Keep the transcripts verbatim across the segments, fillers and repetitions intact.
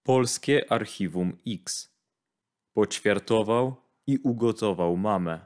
Polskie Archiwum X. Poćwiartował i ugotował mamę.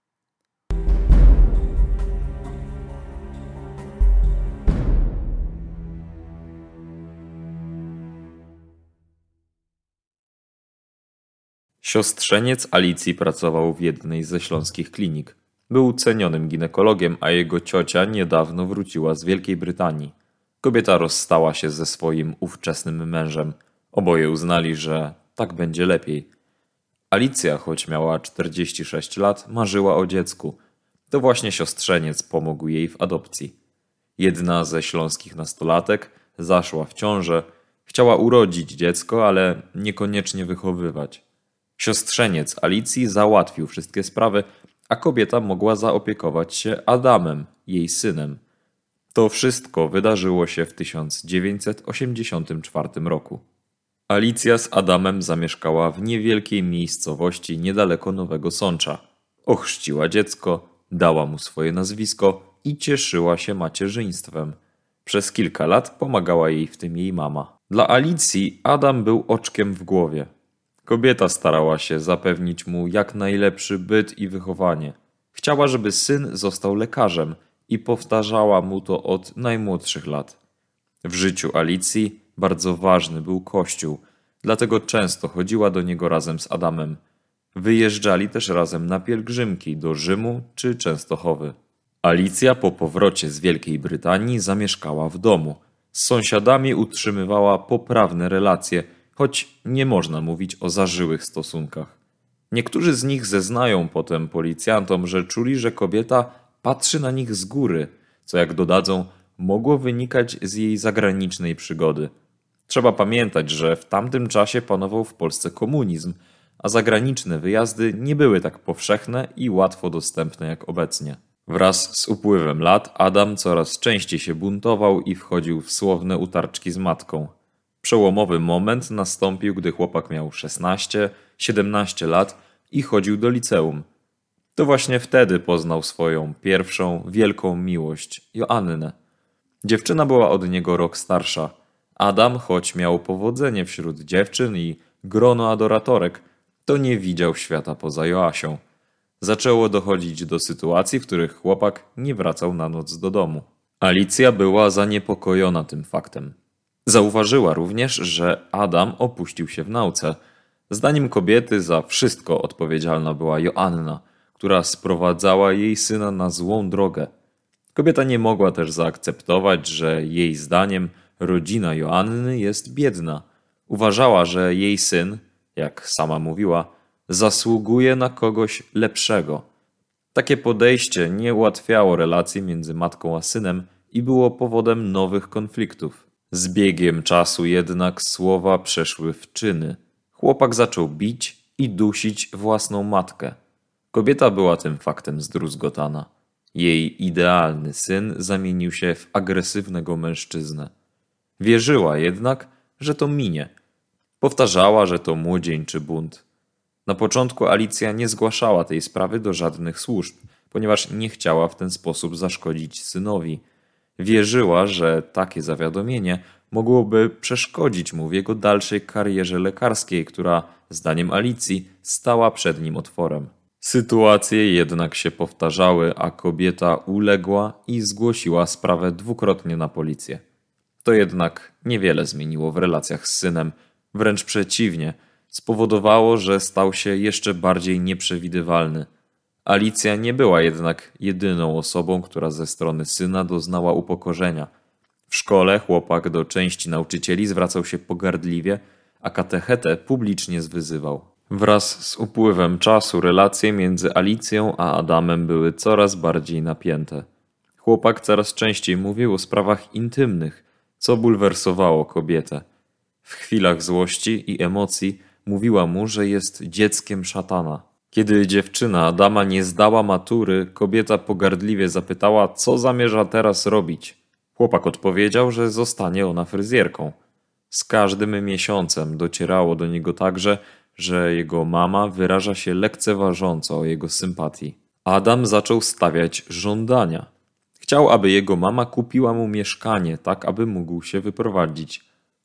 Siostrzeniec Alicji pracował w jednej ze śląskich klinik. Był cenionym ginekologiem, a jego ciocia niedawno wróciła z Wielkiej Brytanii. Kobieta rozstała się ze swoim ówczesnym mężem. Oboje uznali, że tak będzie lepiej. Alicja, choć miała czterdzieści sześć lat, marzyła o dziecku. To właśnie siostrzeniec pomógł jej w adopcji. Jedna ze śląskich nastolatek zaszła w ciążę, chciała urodzić dziecko, ale niekoniecznie wychowywać. Siostrzeniec Alicji załatwił wszystkie sprawy, a kobieta mogła zaopiekować się Adamem, jej synem. To wszystko wydarzyło się w tysiąc dziewięćset osiemdziesiątym czwartym roku. Alicja z Adamem zamieszkała w niewielkiej miejscowości niedaleko Nowego Sącza. Ochrzciła dziecko, dała mu swoje nazwisko i cieszyła się macierzyństwem. Przez kilka lat pomagała jej w tym jej mama. Dla Alicji Adam był oczkiem w głowie. Kobieta starała się zapewnić mu jak najlepszy byt i wychowanie. Chciała, żeby syn został lekarzem i powtarzała mu to od najmłodszych lat. W życiu Alicji bardzo ważny był Kościół, dlatego często chodziła do niego razem z Adamem. Wyjeżdżali też razem na pielgrzymki do Rzymu czy Częstochowy. Alicja po powrocie z Wielkiej Brytanii zamieszkała w domu. Z sąsiadami utrzymywała poprawne relacje, choć nie można mówić o zażyłych stosunkach. Niektórzy z nich zeznają potem policjantom, że czuli, że kobieta patrzy na nich z góry, co jak dodadzą, mogło wynikać z jej zagranicznej przygody. Trzeba pamiętać, że w tamtym czasie panował w Polsce komunizm, a zagraniczne wyjazdy nie były tak powszechne i łatwo dostępne jak obecnie. Wraz z upływem lat Adam coraz częściej się buntował i wchodził w słowne utarczki z matką. Przełomowy moment nastąpił, gdy chłopak miał szesnaście siedemnaście lat i chodził do liceum. To właśnie wtedy poznał swoją pierwszą wielką miłość, Joannę. Dziewczyna była od niego rok starsza. Adam, choć miał powodzenie wśród dziewczyn i grono adoratorek, to nie widział świata poza Joasią. Zaczęło dochodzić do sytuacji, w których chłopak nie wracał na noc do domu. Alicja była zaniepokojona tym faktem. Zauważyła również, że Adam opuścił się w nauce. Zdaniem kobiety za wszystko odpowiedzialna była Joanna, która sprowadzała jej syna na złą drogę. Kobieta nie mogła też zaakceptować, że jej zdaniem rodzina Joanny jest biedna. Uważała, że jej syn, jak sama mówiła, zasługuje na kogoś lepszego. Takie podejście nie ułatwiało relacji między matką a synem i było powodem nowych konfliktów. Z biegiem czasu jednak słowa przeszły w czyny. Chłopak zaczął bić i dusić własną matkę. Kobieta była tym faktem zdruzgotana. Jej idealny syn zamienił się w agresywnego mężczyznę. Wierzyła jednak, że to minie. Powtarzała, że to młodzieńczy bunt. Na początku Alicja nie zgłaszała tej sprawy do żadnych służb, ponieważ nie chciała w ten sposób zaszkodzić synowi. Wierzyła, że takie zawiadomienie mogłoby przeszkodzić mu w jego dalszej karierze lekarskiej, która, zdaniem Alicji, stała przed nim otworem. Sytuacje jednak się powtarzały, a kobieta uległa i zgłosiła sprawę dwukrotnie na policję. To jednak niewiele zmieniło w relacjach z synem, wręcz przeciwnie, spowodowało, że stał się jeszcze bardziej nieprzewidywalny. Alicja nie była jednak jedyną osobą, która ze strony syna doznała upokorzenia. W szkole chłopak do części nauczycieli zwracał się pogardliwie, a katechetę publicznie zwyzywał. Wraz z upływem czasu relacje między Alicją a Adamem były coraz bardziej napięte. Chłopak coraz częściej mówił o sprawach intymnych, co bulwersowało kobietę. W chwilach złości i emocji mówiła mu, że jest dzieckiem szatana. Kiedy dziewczyna Adama nie zdała matury, kobieta pogardliwie zapytała, co zamierza teraz robić. Chłopak odpowiedział, że zostanie ona fryzjerką. Z każdym miesiącem docierało do niego także, że jego mama wyraża się lekceważąco o jego sympatii. Adam zaczął stawiać żądania. Chciał, aby jego mama kupiła mu mieszkanie, tak aby mógł się wyprowadzić.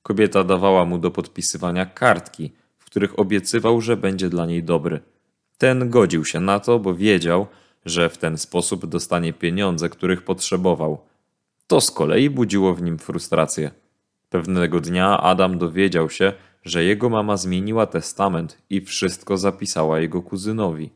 Kobieta dawała mu do podpisywania kartki, w których obiecywał, że będzie dla niej dobry. Ten godził się na to, bo wiedział, że w ten sposób dostanie pieniądze, których potrzebował. To z kolei budziło w nim frustrację. Pewnego dnia Adam dowiedział się, że jego mama zmieniła testament i wszystko zapisała jego kuzynowi.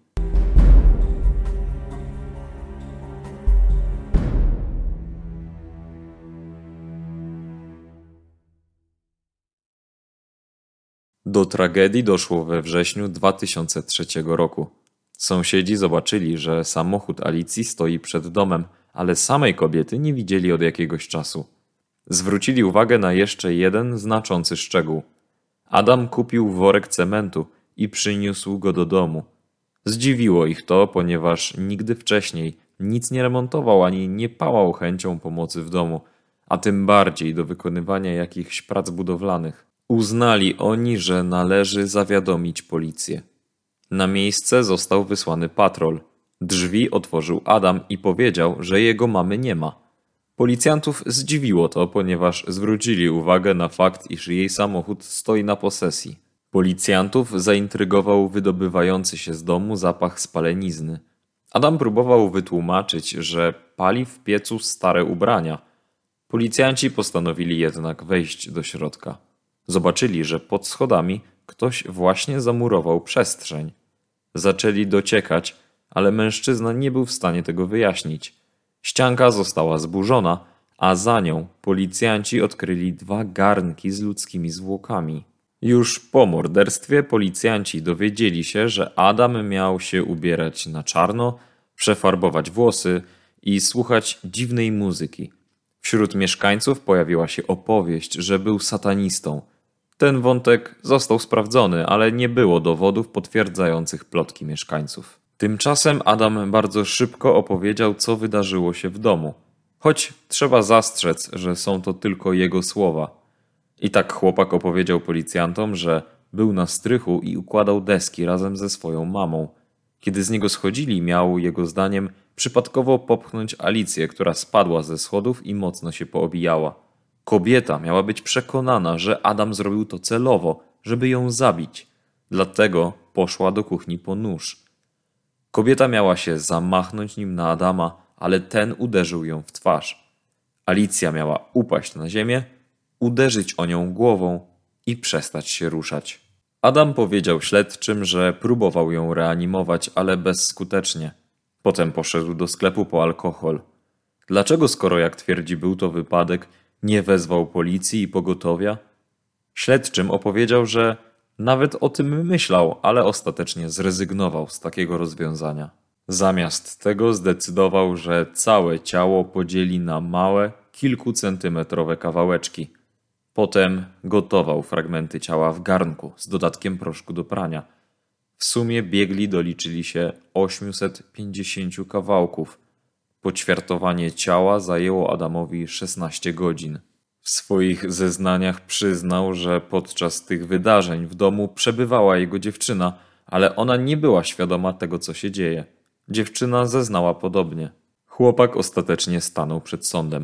Do tragedii doszło we wrześniu dwa tysiące trzeciego roku. Sąsiedzi zobaczyli, że samochód Alicji stoi przed domem, ale samej kobiety nie widzieli od jakiegoś czasu. Zwrócili uwagę na jeszcze jeden znaczący szczegół. Adam kupił worek cementu i przyniósł go do domu. Zdziwiło ich to, ponieważ nigdy wcześniej nic nie remontował ani nie pałał chęcią pomocy w domu, a tym bardziej do wykonywania jakichś prac budowlanych. Uznali oni, że należy zawiadomić policję. Na miejsce został wysłany patrol. Drzwi otworzył Adam i powiedział, że jego mamy nie ma. Policjantów zdziwiło to, ponieważ zwrócili uwagę na fakt, iż jej samochód stoi na posesji. Policjantów zaintrygował wydobywający się z domu zapach spalenizny. Adam próbował wytłumaczyć, że pali w piecu stare ubrania. Policjanci postanowili jednak wejść do środka. Zobaczyli, że pod schodami ktoś właśnie zamurował przestrzeń. Zaczęli dociekać, ale mężczyzna nie był w stanie tego wyjaśnić. Ścianka została zburzona, a za nią policjanci odkryli dwa garnki z ludzkimi zwłokami. Już po morderstwie policjanci dowiedzieli się, że Adam miał się ubierać na czarno, przefarbować włosy i słuchać dziwnej muzyki. Wśród mieszkańców pojawiła się opowieść, że był satanistą. Ten wątek został sprawdzony, ale nie było dowodów potwierdzających plotki mieszkańców. Tymczasem Adam bardzo szybko opowiedział, co wydarzyło się w domu. Choć trzeba zastrzec, że są to tylko jego słowa. I tak chłopak opowiedział policjantom, że był na strychu i układał deski razem ze swoją mamą. Kiedy z niego schodzili, miał, jego zdaniem, przypadkowo popchnąć Alicję, która spadła ze schodów i mocno się poobijała. Kobieta miała być przekonana, że Adam zrobił to celowo, żeby ją zabić. Dlatego poszła do kuchni po nóż. Kobieta miała się zamachnąć nim na Adama, ale ten uderzył ją w twarz. Alicja miała upaść na ziemię, uderzyć o nią głową i przestać się ruszać. Adam powiedział śledczym, że próbował ją reanimować, ale bezskutecznie. Potem poszedł do sklepu po alkohol. Dlaczego, skoro jak twierdzi był to wypadek, nie wezwał policji i pogotowia? Śledczym opowiedział, że nawet o tym myślał, ale ostatecznie zrezygnował z takiego rozwiązania. Zamiast tego zdecydował, że całe ciało podzieli na małe, kilkucentymetrowe kawałeczki. Potem gotował fragmenty ciała w garnku z dodatkiem proszku do prania. W sumie biegli doliczyli się osiemset pięćdziesiąt kawałków. Poćwiartowanie ciała zajęło Adamowi szesnaście godzin. W swoich zeznaniach przyznał, że podczas tych wydarzeń w domu przebywała jego dziewczyna, ale ona nie była świadoma tego, co się dzieje. Dziewczyna zeznała podobnie. Chłopak ostatecznie stanął przed sądem.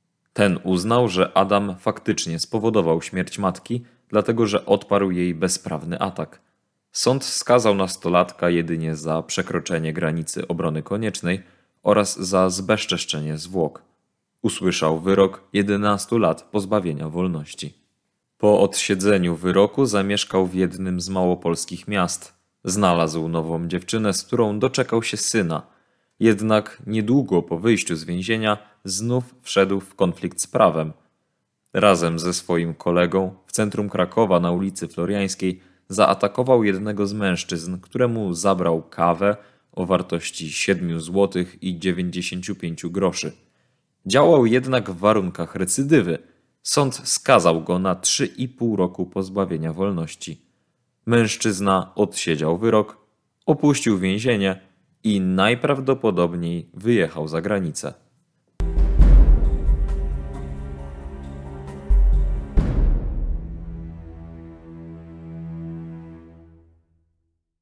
Ten uznał, że Adam faktycznie spowodował śmierć matki, dlatego że odparł jej bezprawny atak. Sąd skazał nastolatka jedynie za przekroczenie granicy obrony koniecznej oraz za zbezczeszczenie zwłok. Usłyszał wyrok jedenastu lat pozbawienia wolności. Po odsiedzeniu wyroku zamieszkał w jednym z małopolskich miast. Znalazł nową dziewczynę, z którą doczekał się syna. Jednak niedługo po wyjściu z więzienia znów wszedł w konflikt z prawem. Razem ze swoim kolegą w centrum Krakowa na ulicy Floriańskiej zaatakował jednego z mężczyzn, któremu zabrał kawę o wartości siedem złotych i dziewięćdziesiąt pięć groszy. Działał jednak w warunkach recydywy. Sąd skazał go na trzy i pół roku pozbawienia wolności. Mężczyzna odsiedział wyrok, opuścił więzienie i najprawdopodobniej wyjechał za granicę.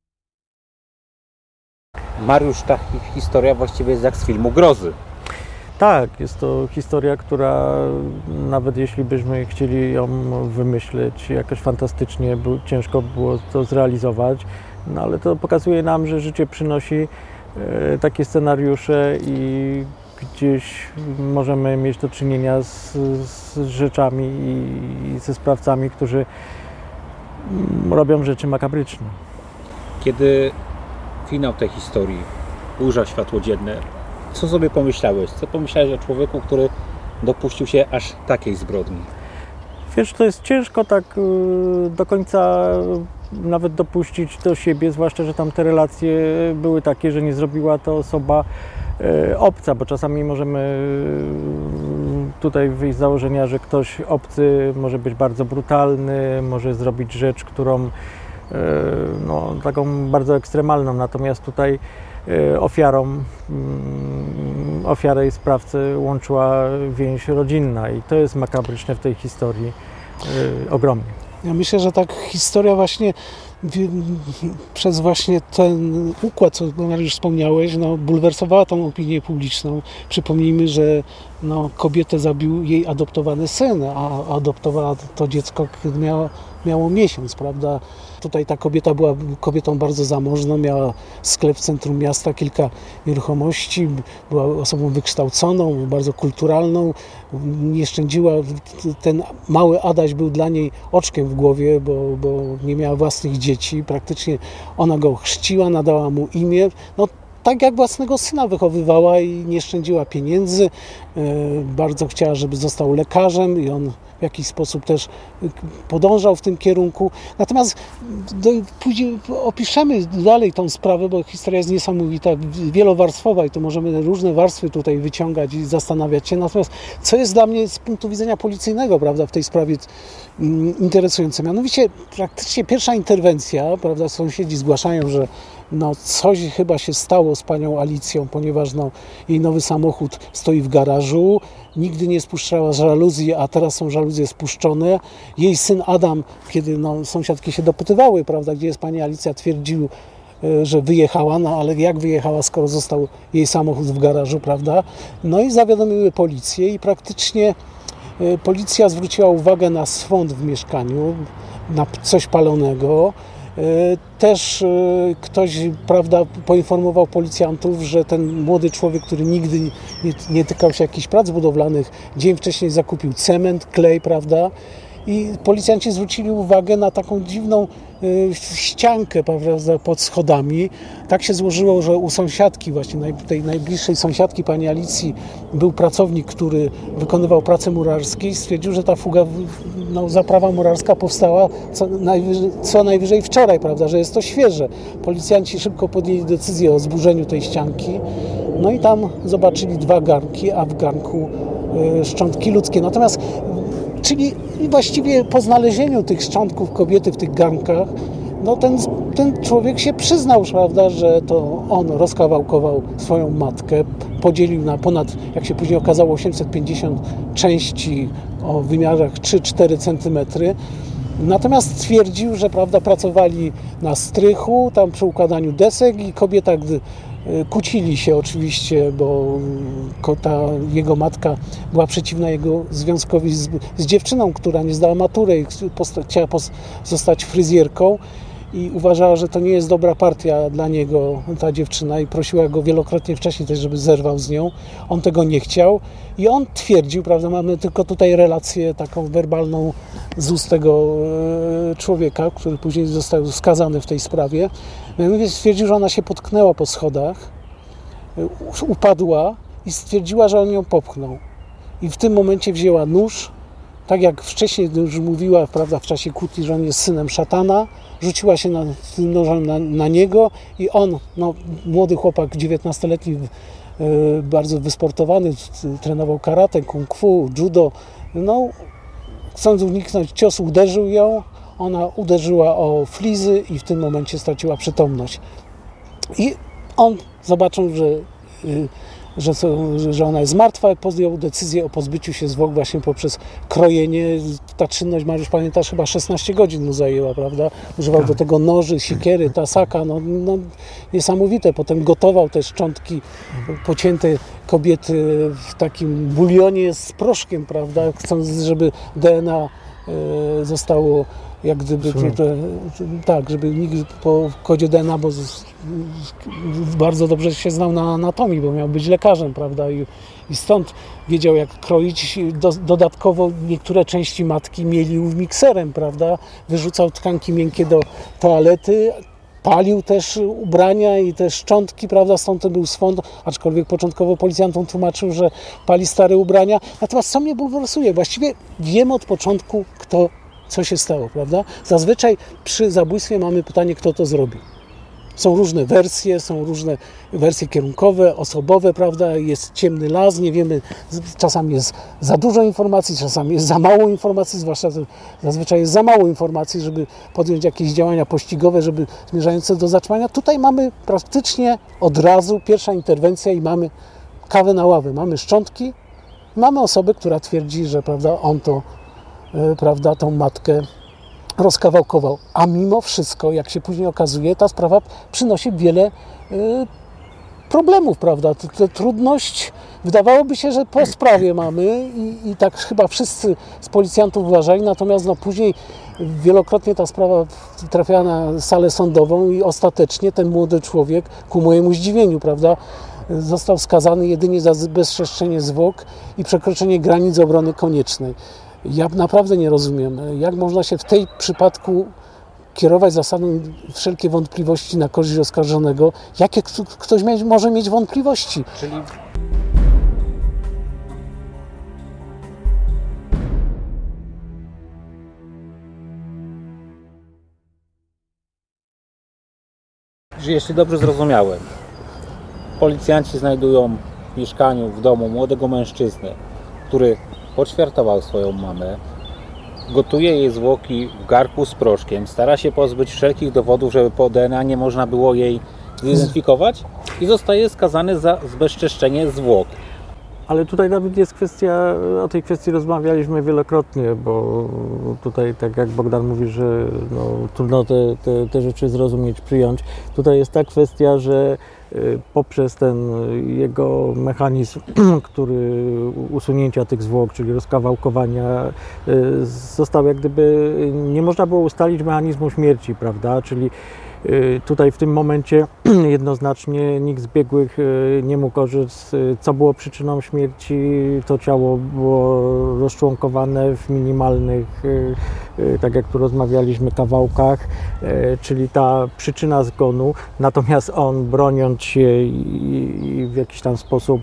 Mariusz, ta historia właściwie jest jak z filmu grozy. Tak, jest to historia, która nawet jeśli byśmy chcieli ją wymyśleć jakoś fantastycznie, by, ciężko było to zrealizować, no ale to pokazuje nam, że życie przynosi e, takie scenariusze i gdzieś możemy mieć do czynienia z, z rzeczami i ze sprawcami, którzy robią rzeczy makabryczne. Kiedy finał tej historii ujrzał światło dzienne, co sobie pomyślałeś? Co pomyślałeś o człowieku, który dopuścił się aż takiej zbrodni? Wiesz, to jest ciężko tak do końca nawet dopuścić do siebie, zwłaszcza, że tam te relacje były takie, że nie zrobiła to osoba obca, bo czasami możemy tutaj wyjść z założenia, że ktoś obcy może być bardzo brutalny, może zrobić rzecz, którą no, taką bardzo ekstremalną, natomiast tutaj ofiarą, ofiarę i sprawcę łączyła więź rodzinna i to jest makabryczne w tej historii ogromnie. Ja myślę, że tak historia właśnie przez właśnie ten układ, co już wspomniałeś, no, bulwersowała tą opinię publiczną. Przypomnijmy, że no, kobietę zabił jej adoptowany syn, a adoptowała to dziecko, kiedy miało, miało miesiąc, prawda? Tutaj ta kobieta była kobietą bardzo zamożną, miała sklep w centrum miasta, kilka nieruchomości, była osobą wykształconą, bardzo kulturalną, nie szczędziła, ten mały Adaś był dla niej oczkiem w głowie, bo, bo nie miała własnych dzieci, praktycznie ona go chrzciła, nadała mu imię, no tak jak własnego syna wychowywała i nie szczędziła pieniędzy, bardzo chciała, żeby został lekarzem i on w jakiś sposób też podążał w tym kierunku. Natomiast do, później opiszemy dalej tą sprawę, bo historia jest niesamowita, wielowarstwowa i to możemy różne warstwy tutaj wyciągać i zastanawiać się. Natomiast co jest dla mnie z punktu widzenia policyjnego, prawda, w tej sprawie mm, interesujące? Mianowicie praktycznie pierwsza interwencja, prawda, sąsiedzi zgłaszają, że no coś chyba się stało z panią Alicją, ponieważ no, jej nowy samochód stoi w garażu, nigdy nie spuszczała żaluzji, a teraz są żaluzje spuszczone. Jej syn Adam, kiedy no, sąsiadki się dopytywały, prawda, gdzie jest pani Alicja, twierdził, że wyjechała, no ale jak wyjechała, skoro został jej samochód w garażu, prawda? No i zawiadomiły policję i praktycznie policja zwróciła uwagę na swąd w mieszkaniu, na coś palonego. Też ktoś, prawda, poinformował policjantów, że ten młody człowiek, który nigdy nie, nie tykał się jakichś prac budowlanych, dzień wcześniej zakupił cement, klej, prawda? I policjanci zwrócili uwagę na taką dziwną y, ściankę, prawda, pod schodami. Tak się złożyło, że u sąsiadki, właśnie naj, tej najbliższej sąsiadki pani Alicji, był pracownik, który wykonywał pracę murarskie i stwierdził, że ta fuga, no, zaprawa murarska powstała co najwyżej, co najwyżej wczoraj, prawda, że jest to świeże. Policjanci szybko podjęli decyzję o zburzeniu tej ścianki, no i tam zobaczyli dwa garnki, a w garnku y, szczątki ludzkie. Natomiast czyli właściwie po znalezieniu tych szczątków kobiety w tych garnkach, no ten, ten człowiek się przyznał, prawda, że to on rozkawałkował swoją matkę, podzielił na ponad, jak się później okazało, osiemset pięćdziesiąt części o wymiarach trzy cztery centymetry. Natomiast stwierdził, że, prawda, pracowali na strychu, tam przy układaniu desek i kobieta, gdy kłócili się oczywiście, bo ta jego matka była przeciwna jego związkowi z, z dziewczyną, która nie zdała matury i posta- chciała pos- zostać fryzjerką i uważała, że to nie jest dobra partia dla niego, ta dziewczyna, i prosiła go wielokrotnie wcześniej też, żeby zerwał z nią. On tego nie chciał i on twierdził, prawda, mamy tylko tutaj relację taką werbalną z ust tego e, człowieka, który później został skazany w tej sprawie. Mianowicie stwierdził, że ona się potknęła po schodach, e, upadła i stwierdziła, że on ją popchnął. I w tym momencie wzięła nóż, tak jak wcześniej już mówiła, prawda, w czasie kłótni, że on jest synem szatana, rzuciła się na, tym nożem na, na niego i on, no, młody chłopak, dziewiętnastoletni, yy, bardzo wysportowany, trenował karate, kung fu, judo, no, chcąc uniknąć ciosu, uderzył ją, ona uderzyła o flizy i w tym momencie straciła przytomność. I on zobaczył, że yy, że, że ona jest martwa, podjął decyzję o pozbyciu się zwłok właśnie poprzez krojenie. Ta czynność, Mariusz, pamiętasz, chyba szesnaście godzin mu zajęła, prawda? Używał do tego noży, siekiery, tasaka, no, no niesamowite. Potem gotował te szczątki pocięte kobiety w takim bulionie z proszkiem, prawda? Chcąc, żeby D N A zostało jak gdyby, tak, żeby nikt po kodzie D N A, bo z, z, bardzo dobrze się znał na anatomii, bo miał być lekarzem, prawda, i, i stąd wiedział, jak kroić. Do, dodatkowo niektóre części matki mielił mikserem, prawda, wyrzucał tkanki miękkie do toalety, palił też ubrania i te szczątki, prawda, stąd to był swąd, aczkolwiek początkowo policjantom tłumaczył, że pali stare ubrania. Natomiast co mnie bulwersuje, właściwie wiemy od początku, kto, co się stało, prawda? Zazwyczaj przy zabójstwie mamy pytanie, kto to zrobił. Są różne wersje, są różne wersje kierunkowe, osobowe, prawda? Jest ciemny las, nie wiemy, czasami jest za dużo informacji, czasami jest za mało informacji, zwłaszcza to zazwyczaj jest za mało informacji, żeby podjąć jakieś działania pościgowe, żeby zmierzające do zatrzymania. Tutaj mamy praktycznie od razu pierwsza interwencja i mamy kawę na ławę, mamy szczątki, mamy osobę, która twierdzi, że, prawda, on to, yy, prawda, tą matkę rozkawałkował, a mimo wszystko, jak się później okazuje, ta sprawa przynosi wiele y, problemów, prawda? Tę trudność, wydawałoby się, że po sprawie mamy i, i tak chyba wszyscy z policjantów uważali, natomiast no, później wielokrotnie ta sprawa trafiała na salę sądową i ostatecznie ten młody człowiek, ku mojemu zdziwieniu, prawda, został skazany jedynie za bezczeszczenie zwłok i przekroczenie granic obrony koniecznej. Ja naprawdę nie rozumiem, jak można się w tej przypadku kierować zasadą wszelkie wątpliwości na korzyść oskarżonego. Jakie ktoś może mieć wątpliwości? Czyli jeśli dobrze zrozumiałem, policjanci znajdują w mieszkaniu, w domu młodego mężczyznę, który poćwiartował swoją mamę, gotuje jej zwłoki w garku z proszkiem, stara się pozbyć wszelkich dowodów, żeby po D N A nie można było jej zidentyfikować i zostaje skazany za zbezczeszczenie zwłok. Ale tutaj nawet jest kwestia, o tej kwestii rozmawialiśmy wielokrotnie, bo tutaj, tak jak Bogdan mówi, że no, trudno te, te, te rzeczy zrozumieć, przyjąć. Tutaj jest ta kwestia, że poprzez ten jego mechanizm, który usunięcia tych zwłok, czyli rozkawałkowania, został jak gdyby, nie można było ustalić mechanizmu śmierci, prawda, czyli tutaj w tym momencie jednoznacznie nikt z biegłych nie mógł orzec, co było przyczyną śmierci. To ciało było rozczłonkowane w minimalnych, tak jak tu rozmawialiśmy, kawałkach, czyli ta przyczyna zgonu. Natomiast on, broniąc się i w jakiś tam sposób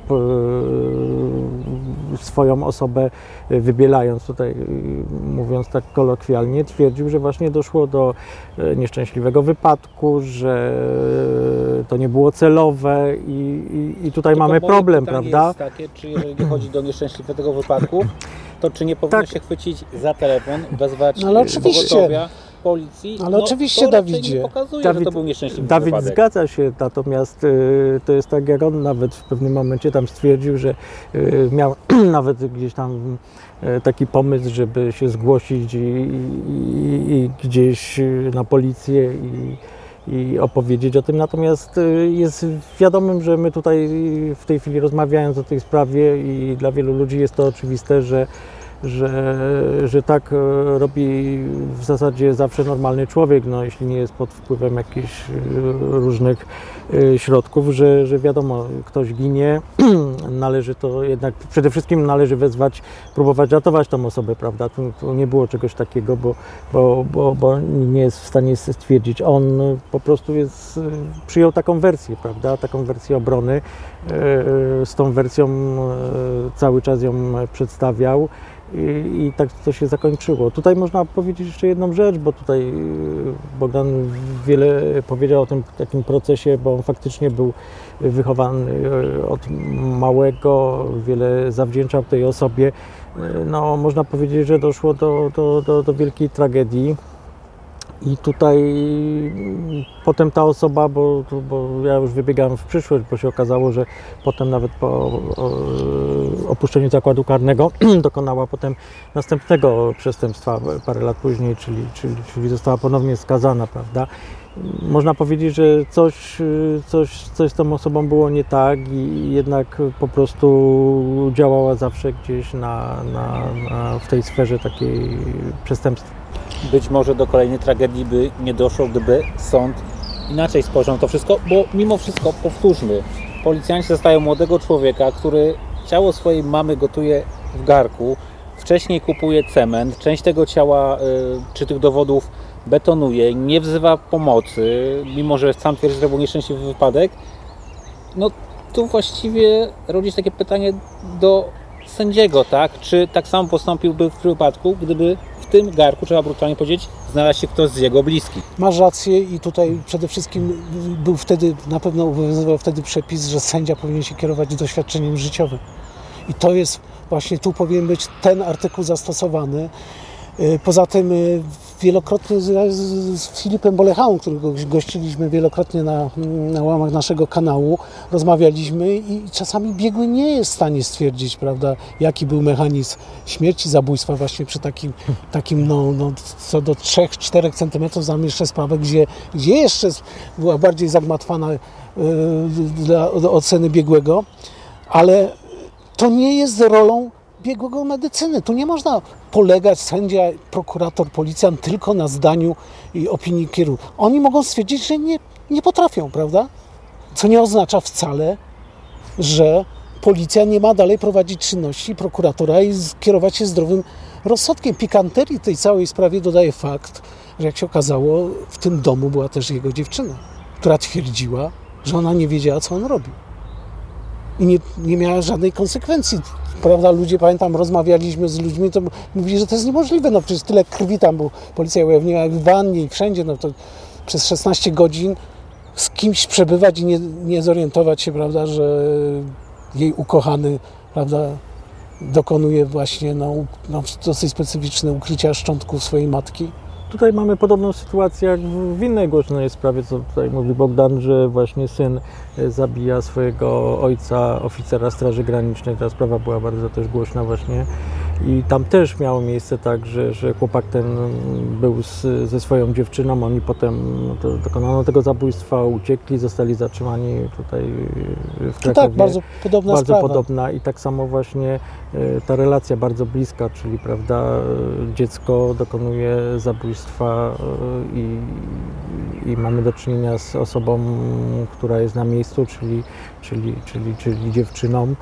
swoją osobę wybielając, tutaj mówiąc tak kolokwialnie, twierdził, że właśnie doszło do nieszczęśliwego wypadku, że to nie było celowe i, i, i tutaj Tylko mamy problem, prawda? Jest takie, czy jeżeli dochodzi do nieszczęśliwego wypadku, to czy nie powinno tak. się chwycić za telefon, wezwać no, ale oczywiście. pogotowia, policji? Ale no, oczywiście, to Dawidzie. nie pokazuje, Dawid, że to był nieszczęśliwy Dawid wypadek. zgadza się, natomiast y, to jest tak, jak on nawet w pewnym momencie tam stwierdził, że y, miał nawet gdzieś tam y, taki pomysł, żeby się zgłosić i, i, i gdzieś na policję i i opowiedzieć o tym, natomiast jest wiadomym, że my tutaj w tej chwili rozmawiając o tej sprawie i dla wielu ludzi jest to oczywiste, że, że, że tak robi w zasadzie zawsze normalny człowiek, no, jeśli nie jest pod wpływem jakichś różnych środków, że, że wiadomo, ktoś ginie, należy to jednak, przede wszystkim należy wezwać, próbować ratować tą osobę, prawda, tu, tu nie było czegoś takiego, bo, bo, bo, bo nie jest w stanie stwierdzić, on po prostu jest, przyjął taką wersję, prawda, taką wersję obrony, z tą wersją cały czas ją przedstawiał. I, I tak to się zakończyło. Tutaj można powiedzieć jeszcze jedną rzecz, bo tutaj Bogdan wiele powiedział o tym takim procesie, bo on faktycznie był wychowany od małego, wiele zawdzięczał tej osobie. No, można powiedzieć, że doszło do, do, do, do wielkiej tragedii. I tutaj potem ta osoba, bo, bo ja już wybiegałem w przyszłość, bo się okazało, że potem nawet po opuszczeniu zakładu karnego dokonała potem następnego przestępstwa parę lat później, czyli, czyli, czyli została ponownie skazana, prawda? Można powiedzieć, że coś, coś, coś z tą osobą było nie tak i jednak po prostu działała zawsze gdzieś na, na, na, w tej sferze takiej przestępstwa. Być może do kolejnej tragedii by nie doszło, gdyby sąd inaczej spojrzał na to wszystko, bo mimo wszystko, powtórzmy, policjanci zostają młodego człowieka, który ciało swojej mamy gotuje w garku, wcześniej kupuje cement, część tego ciała czy tych dowodów betonuje, nie wzywa pomocy, mimo że sam twierdzi, że to był nieszczęśliwy wypadek. No tu właściwie rodzi się takie pytanie do sędziego, tak? Czy tak samo postąpiłby w przypadku, gdyby w tym garku, trzeba brutalnie powiedzieć, znalazł się ktoś z jego bliskich. Masz rację i tutaj przede wszystkim był wtedy, na pewno obowiązywał wtedy przepis, że sędzia powinien się kierować doświadczeniem życiowym. I to jest właśnie, tu powinien być ten artykuł zastosowany. Poza tym wielokrotnie z, z Filipem Bolechałą, którego gościliśmy wielokrotnie na, na łamach naszego kanału, rozmawialiśmy i czasami biegły nie jest w stanie stwierdzić, prawda, jaki był mechanizm śmierci, zabójstwa właśnie przy takim, takim no, no, co do trzech czterech centymetrów znam jeszcze sprawę, gdzie, gdzie jeszcze była bardziej zagmatwana yy, dla oceny biegłego, ale to nie jest rolą biegłego medycyny. Tu nie można polegać sędzia, prokurator, policjant tylko na zdaniu i opinii kierowcy. Oni mogą stwierdzić, że nie, nie potrafią, prawda? Co nie oznacza wcale, że policja nie ma dalej prowadzić czynności prokuratora i kierować się zdrowym rozsądkiem. Pikanterii tej całej sprawie dodaje fakt, że jak się okazało, w tym domu była też jego dziewczyna, która twierdziła, że ona nie wiedziała, co on robił. I nie, nie miała żadnej konsekwencji. Prawda, ludzie, pamiętam, rozmawialiśmy z ludźmi, to mówili, że to jest niemożliwe, no przecież tyle krwi tam, bo policja ujawniła w wannie i wszędzie, no to przez szesnaście godzin z kimś przebywać i nie, nie zorientować się, prawda, że jej ukochany, prawda, dokonuje właśnie no, no, dosyć specyficzne ukrycia szczątków swojej matki. Tutaj mamy podobną sytuację jak w innej głośnej sprawie, co tutaj mówi Bogdan, że właśnie syn zabija swojego ojca, oficera Straży Granicznej. Ta sprawa była bardzo też głośna właśnie i tam też miało miejsce tak, że, że chłopak ten był z, ze swoją dziewczyną, oni potem no to dokonano tego zabójstwa, uciekli, zostali zatrzymani tutaj w Krakowie. Tak, bardzo podobna bardzo sprawa. podobna i tak samo właśnie ta relacja bardzo bliska, czyli prawda, dziecko dokonuje zabójstwa i, i mamy do czynienia z osobą, która jest na miejscu, czyli, czyli, czyli, czyli dziewczyną.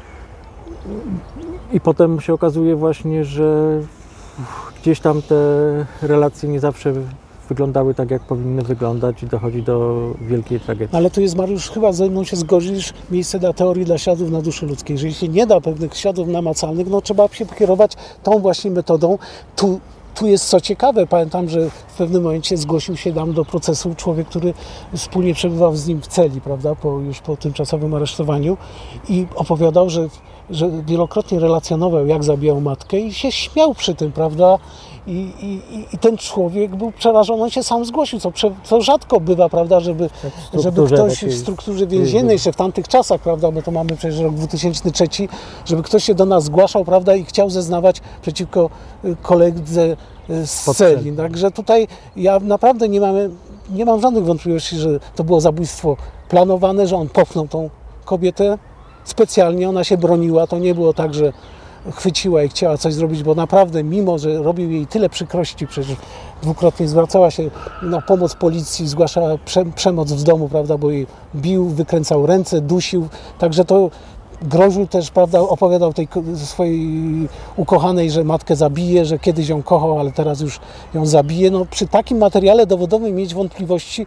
I potem się okazuje właśnie, że gdzieś tam te relacje nie zawsze wyglądały tak, jak powinny wyglądać i dochodzi do wielkiej tragedii. Ale tu jest, Mariusz, chyba ze mną się zgodzisz, miejsce dla teorii, dla śladów na duszy ludzkiej. Jeżeli się nie da pewnych śladów namacalnych, no trzeba się kierować tą właśnie metodą. Tu, tu jest co ciekawe, pamiętam, że w pewnym momencie zgłosił się tam do procesu człowiek, który wspólnie przebywał z nim w celi, prawda, po, już po tymczasowym aresztowaniu i opowiadał, że że wielokrotnie relacjonował, jak zabijał matkę i się śmiał przy tym, prawda? I, i, i ten człowiek był przerażony, on się sam zgłosił, co, co rzadko bywa, prawda, żeby, żeby ktoś w strukturze więziennej, jeszcze w tamtych czasach, prawda, bo to mamy przecież rok dwa tysiące trzeci, żeby ktoś się do nas zgłaszał, prawda, i chciał zeznawać przeciwko koledze z celi. Także tutaj ja naprawdę nie, mamy, nie mam żadnych wątpliwości, że to było zabójstwo planowane, że on popchnął tą kobietę specjalnie, ona się broniła, to nie było tak, że chwyciła i chciała coś zrobić, bo naprawdę, mimo że robił jej tyle przykrości, przecież dwukrotnie zwracała się na pomoc policji, zgłaszała prze, przemoc w domu, prawda, bo jej bił, wykręcał ręce, dusił, także to groził też, prawda, opowiadał tej swojej ukochanej, że matkę zabije, że kiedyś ją kochał, ale teraz już ją zabije. No, przy takim materiale dowodowym mieć wątpliwości.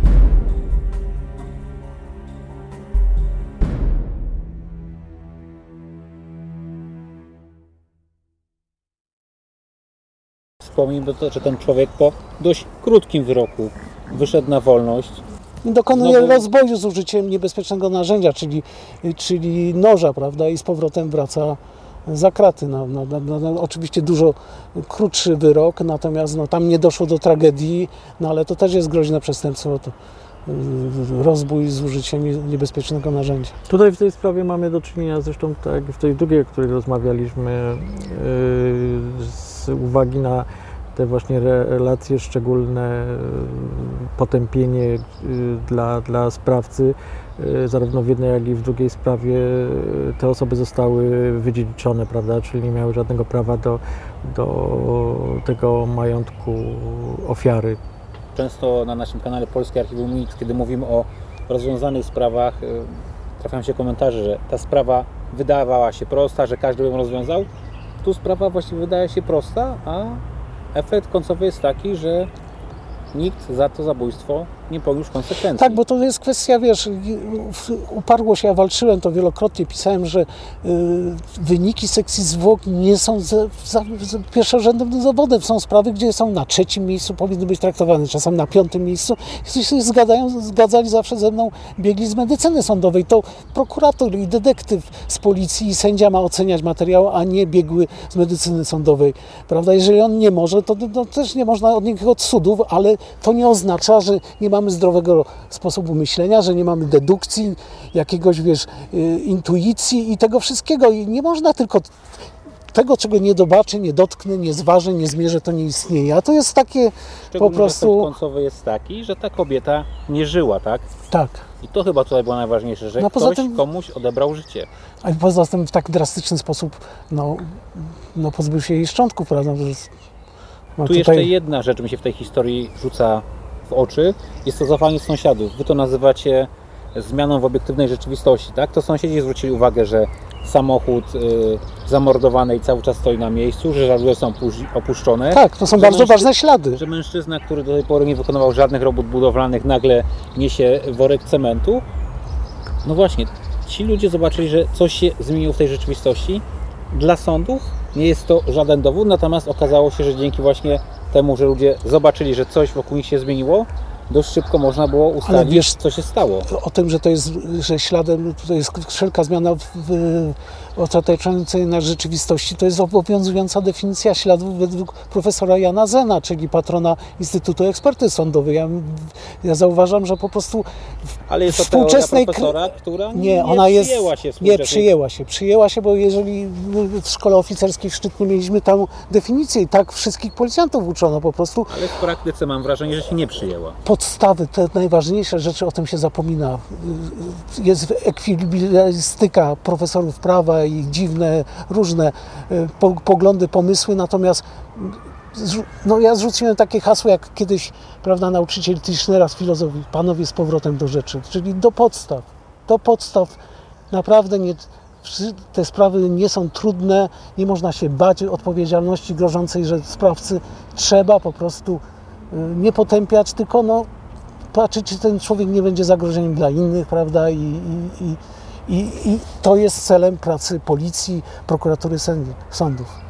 Wspomnijmy to, że ten człowiek po dość krótkim wyroku wyszedł na wolność. Dokonuje no bo... rozboju z użyciem niebezpiecznego narzędzia, czyli, czyli noża, prawda, i z powrotem wraca za kraty. No, no, no, no, oczywiście dużo krótszy wyrok, natomiast no, tam nie doszło do tragedii, no ale to też jest groźne przestępstwo, to rozbój z użyciem niebezpiecznego narzędzia. Tutaj w tej sprawie mamy do czynienia, zresztą tak jak w tej drugiej, o której rozmawialiśmy, yy, z uwagi na te właśnie relacje szczególne, potępienie yy, dla, dla sprawcy, yy, zarówno w jednej, jak i w drugiej sprawie yy, te osoby zostały wydziedziczone, prawda, czyli nie miały żadnego prawa do, do tego majątku ofiary. Często na naszym kanale Polskie Archiwum Mix, kiedy mówimy o rozwiązanych sprawach, trafiają się komentarze, że ta sprawa wydawała się prosta, że każdy ją rozwiązał. Tu sprawa właściwie wydaje się prosta, a efekt końcowy jest taki, że nikt za to zabójstwo nie poniósł konsekwencji. Tak, bo to jest kwestia, wiesz, uparło się, ja walczyłem to wielokrotnie, pisałem, że y, wyniki sekcji zwłok nie są za, za, za pierwszorzędnym dowodem. Są sprawy, gdzie są na trzecim miejscu, powinny być traktowane, czasem na piątym miejscu. I się zgadzają, zgadzali zawsze ze mną biegli z medycyny sądowej. To prokurator i detektyw z policji i sędzia ma oceniać materiał, a nie biegły z medycyny sądowej. Prawda? Jeżeli on nie może, to, to też nie można od niego od cudów, ale to nie oznacza, że nie ma mamy zdrowego sposobu myślenia, że nie mamy dedukcji, jakiegoś, wiesz, intuicji i tego wszystkiego. I nie można tylko tego, czego nie zobaczę, nie dotknę, nie zważę, nie zmierzę, to nie istnieje. A to jest takie Szczególnie, po prostu... efekt końcowy jest taki, że ta kobieta nie żyła, tak? Tak. I to chyba tutaj było najważniejsze, że no, ktoś tym, komuś odebrał życie. A poza tym w tak drastyczny sposób no, no pozbył się jej szczątków, prawda? Że, no, tu tutaj... jeszcze jedna rzecz mi się w tej historii rzuca w oczy, jest to zaufanie sąsiadów. Wy to nazywacie zmianą w obiektywnej rzeczywistości, tak? To sąsiedzi zwrócili uwagę, że samochód y, zamordowanej cały czas stoi na miejscu, że żagle są opuszczone. Tak, to są bardzo ważne ślady. Że mężczyzna, który do tej pory nie wykonywał żadnych robót budowlanych, nagle niesie worek cementu. No właśnie, ci ludzie zobaczyli, że coś się zmieniło w tej rzeczywistości. Dla sądów nie jest to żaden dowód, natomiast okazało się, że dzięki właśnie temu, że ludzie zobaczyli, że coś wokół nich się zmieniło, dość szybko można było ustalić, ale wiesz, co się stało. O tym, że to jest, że śladem tutaj jest wszelka zmiana w, w otaczającej nas rzeczywistości, to jest obowiązująca definicja śladów według profesora Jana Zena, czyli patrona Instytutu Ekspertyz Sądowej. Ja, ja zauważam, że po prostu w ale jest to współczesnej profesora, która nie, nie, ona jest, przyjęła się nie przyjęła się. Przyjęła się, bo jeżeli w szkole oficerskiej w Szczytnie mieliśmy tam definicję i tak wszystkich policjantów uczono po prostu. Ale w praktyce mam wrażenie, że się nie przyjęła. Podstawy, te najważniejsze rzeczy, o tym się zapomina. Jest ekwilibristyka profesorów prawa i dziwne, różne poglądy, pomysły, natomiast no ja zrzuciłem takie hasło, jak kiedyś, prawda, nauczyciel Tischnera z filozofii, panowie z powrotem do rzeczy, czyli do podstaw, do podstaw, naprawdę nie, te sprawy nie są trudne, nie można się bać odpowiedzialności grożącej, że sprawcy trzeba po prostu nie potępiać, tylko no patrzeć, czy ten człowiek nie będzie zagrożeniem dla innych, prawda, i, i, i, i, i to jest celem pracy policji, prokuratury, sądów.